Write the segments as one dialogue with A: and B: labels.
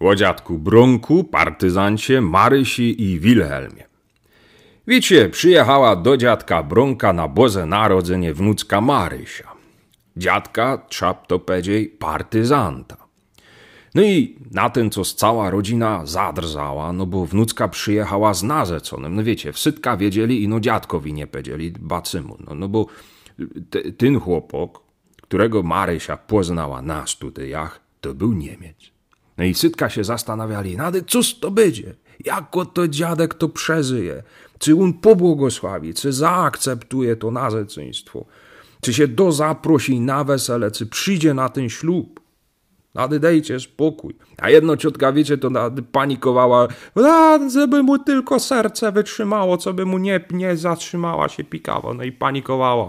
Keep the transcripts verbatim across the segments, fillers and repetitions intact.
A: o dziadku Bronku, partyzancie, Marysi i Wilhelmie. Wiecie, przyjechała do dziadka Bronka na Boże Narodzenie wnuczka Marysia. Dziadka, trzeba to powiedzieć, partyzanta. No i na tym, co cała rodzina zadrżała, no bo wnuczka przyjechała z narzeczonym. No wiecie, wsytka wiedzieli i no dziadkowi nie powiedzieli, bacymu. No, no bo te, ten chłopok, którego Marysia poznała na studiach, to był Niemiec. No i sytka się zastanawiali, no ale cóż to będzie? Jako to dziadek to przeżyje? Czy on pobłogosławi? Czy zaakceptuje to narzeczeństwo? Czy się do zaprosi na wesele? Czy przyjdzie na ten ślub? Nady dejcie spokój. A jedno ciotka, wiecie, to panikowała, a, żeby mu tylko serce wytrzymało, co by mu nie, nie zatrzymała się pikawa. No i panikowała.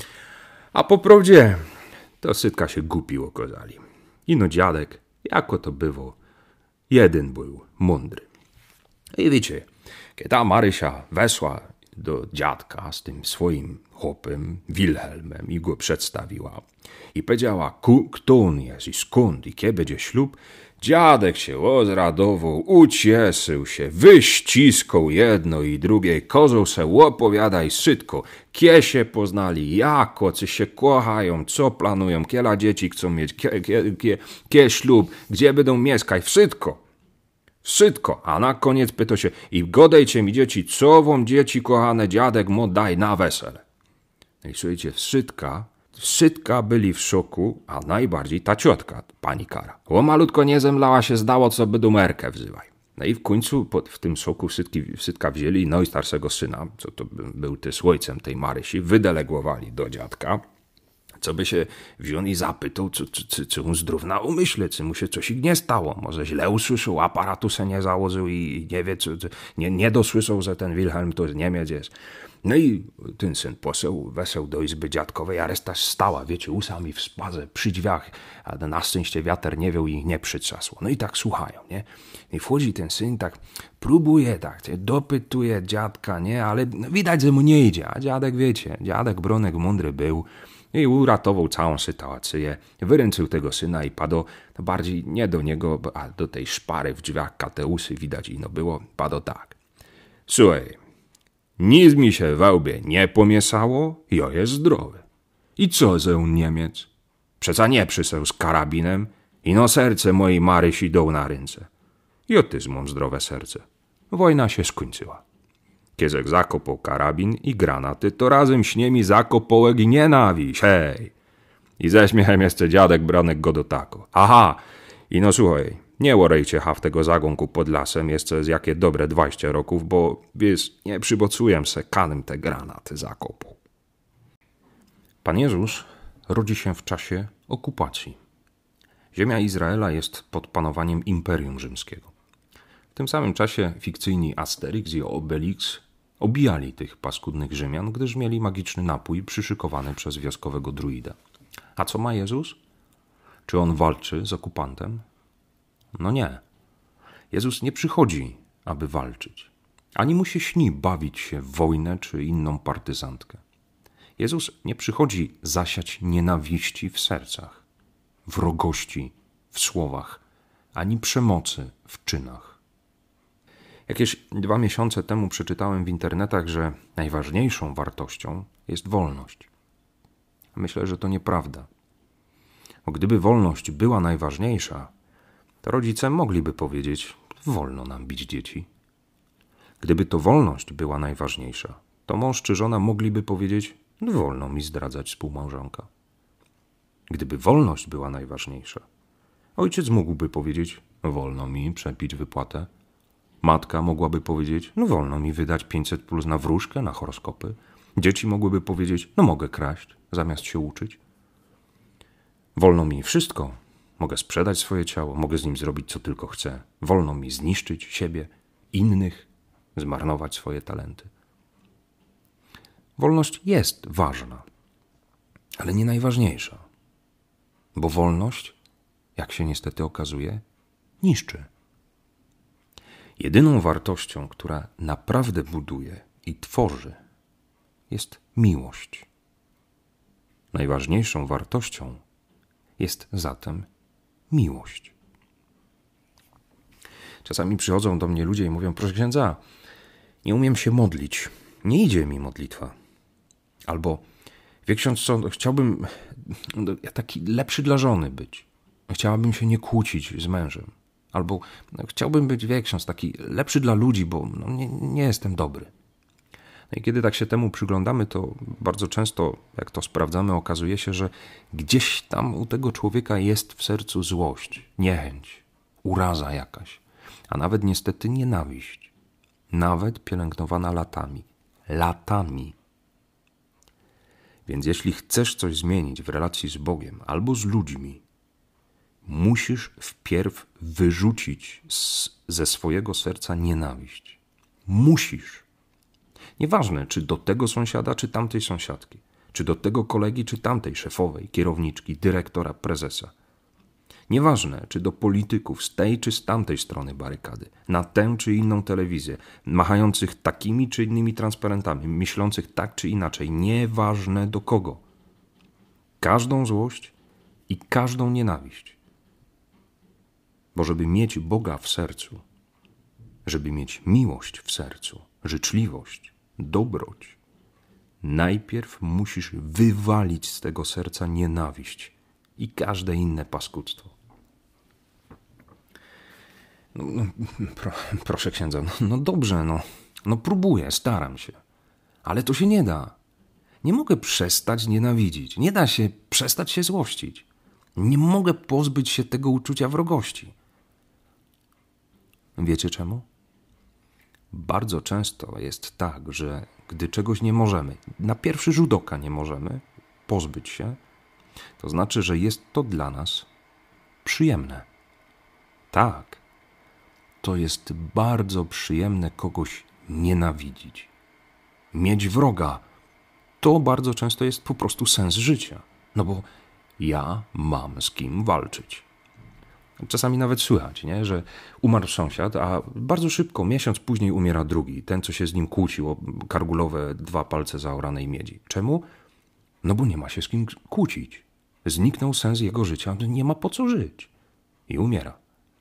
A: A po prawdzie, to sytka się głupi okazali. I no dziadek, jako to było, jeden był mądry. I wiecie, kiedy ta Marysia weszła do dziadka z tym swoim chłopem, Wilhelmem, i go przedstawiła i powiedziała, kto on jest i skąd i kiedy będzie ślub, dziadek się ozradował, ucieszył się, wyściskał jedno i drugie, kozą se opowiadaj sytko, kie się poznali, jako, czy się kochają, co planują, kiela dzieci chcą mieć, kie, kie, kie, kie ślub, gdzie będą mieszkać, wszystko. Wszystko, a na koniec pyta się, i godejcie mi dzieci, co wam dzieci kochane dziadek mu daj na wesele. No i słuchajcie, wszystka, wszystka byli w szoku, a najbardziej ta ciotka, pani Kara. O malutko nie zemlała się, zdało, co by dumerkę wzywaj. No i w końcu pod, w tym szoku wszystki, wszystka wzięli, no i starszego syna, co to był też ojcem tej Marysi, wydelegowali do dziadka, co by się wziął i zapytał, czy, czy, czy, czy on zdrów na umyśle, czy mu się coś nie stało. Może źle usłyszał, aparatu se nie założył i nie wie, czy, czy nie, nie dosłyszał, że ten Wilhelm to Niemiec jest. No i ten syn poseł weseł do izby dziadkowej, a reszta stała, wiecie, usami w spadze, przy drzwiach, a na szczęście wiatr nie wiał i nie przytrzasło. No i tak słuchają, nie? I wchodzi ten syn, tak próbuje, tak, dopytuje dziadka, nie? Ale widać, że mu nie idzie, a dziadek, wiecie, dziadek Bronek mądry był, i uratował całą sytuację, wyręczył tego syna i padł bardziej nie do niego, a do tej szpary w drzwiach kateusy widać ino było, padł tak. Słuchaj, nic mi się we łbie nie pomieszało, ja jest zdrowy. I co, że on Niemiec? Przeca nie przysał z karabinem i no serce mojej Marysi dał na ręce. I otyz mam zdrowe serce. Wojna się skończyła. Kiezek zakopał karabin i granaty, to razem śniemi zakopałek i nienawiść, hej. I ze śmiechem jeszcze dziadek Bronek go dotako. Aha, i no słuchaj, nie łorejcie haw tego zagonku pod lasem jeszcze z jakie dobre dwadzieścia roków, bo wiesz, nie przybocujem se kanem te granaty zakopał. Pan Jezus rodzi się w czasie okupacji. Ziemia Izraela jest pod panowaniem Imperium Rzymskiego. W tym samym czasie fikcyjni Asterix i Obelix obijali tych paskudnych Rzymian, gdyż mieli magiczny napój przyszykowany przez wioskowego druida. A co ma Jezus? Czy on walczy z okupantem? No nie. Jezus nie przychodzi, aby walczyć. Ani mu się śni bawić się w wojnę czy inną partyzantkę. Jezus nie przychodzi zasiać nienawiści w sercach, wrogości w słowach, ani przemocy w czynach. Jakieś dwa miesiące temu przeczytałem w internetach, że najważniejszą wartością jest wolność. Myślę, że to nieprawda. Bo gdyby wolność była najważniejsza, to rodzice mogliby powiedzieć, wolno nam bić dzieci. Gdyby to wolność była najważniejsza, to mąż czy żona mogliby powiedzieć, wolno mi zdradzać współmałżonka. Gdyby wolność była najważniejsza, ojciec mógłby powiedzieć, wolno mi przepić wypłatę. Matka mogłaby powiedzieć, no wolno mi wydać pięćset plus na wróżkę, na horoskopy. Dzieci mogłyby powiedzieć, no mogę kraść, zamiast się uczyć. Wolno mi wszystko. Mogę sprzedać swoje ciało, mogę z nim zrobić, co tylko chcę. Wolno mi zniszczyć siebie, innych, zmarnować swoje talenty. Wolność jest ważna, ale nie najważniejsza. Bo wolność, jak się niestety okazuje, niszczy. Jedyną wartością, która naprawdę buduje i tworzy, jest miłość. Najważniejszą wartością jest zatem miłość. Czasami przychodzą do mnie ludzie i mówią: proszę księdza, nie umiem się modlić, nie idzie mi modlitwa. Albo: wie ksiądz co, chciałbym taki lepszy dla żony być. Chciałabym się nie kłócić z mężem. Albo no, chciałbym być, wie ksiądz, taki lepszy dla ludzi, bo no, nie, nie jestem dobry. No i kiedy tak się temu przyglądamy, to bardzo często, jak to sprawdzamy, okazuje się, że gdzieś tam u tego człowieka jest w sercu złość, niechęć, uraza jakaś, a nawet niestety nienawiść. Nawet pielęgnowana latami. Latami. Więc jeśli chcesz coś zmienić w relacji z Bogiem albo z ludźmi, musisz wpierw wyrzucić z, ze swojego serca nienawiść. Musisz. Nieważne, czy do tego sąsiada, czy tamtej sąsiadki, czy do tego kolegi, czy tamtej szefowej, kierowniczki, dyrektora, prezesa. Nieważne, czy do polityków z tej, czy z tamtej strony barykady, na tę, czy inną telewizję, machających takimi, czy innymi transparentami, myślących tak, czy inaczej. Nieważne do kogo. Każdą złość i każdą nienawiść. Bo żeby mieć Boga w sercu, żeby mieć miłość w sercu, życzliwość, dobroć, najpierw musisz wywalić z tego serca nienawiść i każde inne paskudztwo. No, no, pro, proszę księdza, no, no dobrze, no, no próbuję, staram się, ale to się nie da. Nie mogę przestać nienawidzić, nie da się przestać się złościć. Nie mogę pozbyć się tego uczucia wrogości. Wiecie czemu? Bardzo często jest tak, że gdy czegoś nie możemy, na pierwszy rzut oka nie możemy pozbyć się, to znaczy, że jest to dla nas przyjemne. Tak, to jest bardzo przyjemne kogoś nienawidzić. Mieć wroga, to bardzo często jest po prostu sens życia. No bo ja mam z kim walczyć. Czasami nawet słychać, nie? Że umarł sąsiad, a bardzo szybko, miesiąc później umiera drugi. Ten, co się z nim kłócił o kargulowe dwa palce zaoranej miedzi. Czemu? No bo nie ma się z kim kłócić. Zniknął sens jego życia, nie ma po co żyć. I umiera.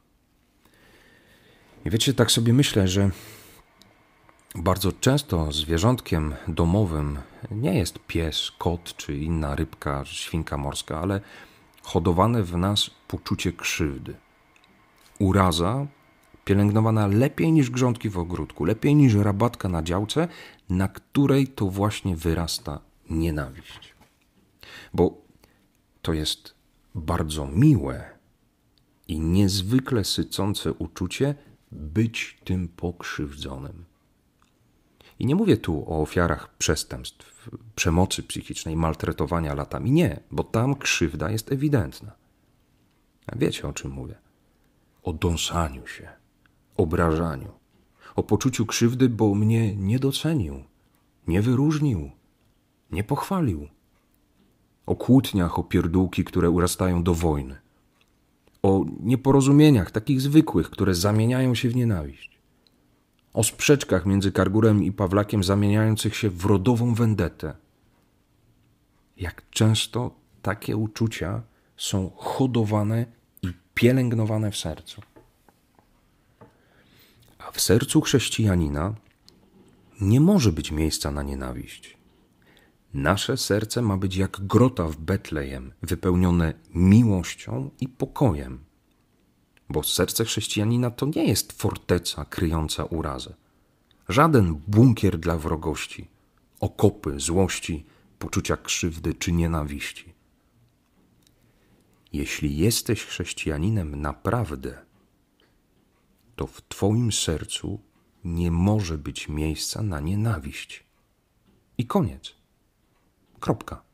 A: I wiecie, tak sobie myślę, że bardzo często zwierzątkiem domowym nie jest pies, kot czy inna rybka, świnka morska, ale hodowane w nas poczucie krzywdy. Uraza pielęgnowana lepiej niż grządki w ogródku, lepiej niż rabatka na działce, na której to właśnie wyrasta nienawiść. Bo to jest bardzo miłe i niezwykle sycące uczucie być tym pokrzywdzonym. I nie mówię tu o ofiarach przestępstw, przemocy psychicznej, maltretowania latami. Nie, bo tam krzywda jest ewidentna. A wiecie, o czym mówię? O dąsaniu się, obrażaniu, o poczuciu krzywdy, bo mnie nie docenił, nie wyróżnił, nie pochwalił. O kłótniach, o pierdółki, które urastają do wojny. O nieporozumieniach takich zwykłych, które zamieniają się w nienawiść. O sprzeczkach między Kargurem i Pawlakiem zamieniających się w rodową wendetę. Jak często takie uczucia są hodowane i pielęgnowane w sercu. A w sercu chrześcijanina nie może być miejsca na nienawiść. Nasze serce ma być jak grota w Betlejem, wypełnione miłością i pokojem. Bo serce chrześcijanina to nie jest forteca kryjąca urazę. Żaden bunkier dla wrogości, okopy, złości, poczucia krzywdy czy nienawiści. Jeśli jesteś chrześcijaninem naprawdę, to w twoim sercu nie może być miejsca na nienawiść. I koniec. Kropka.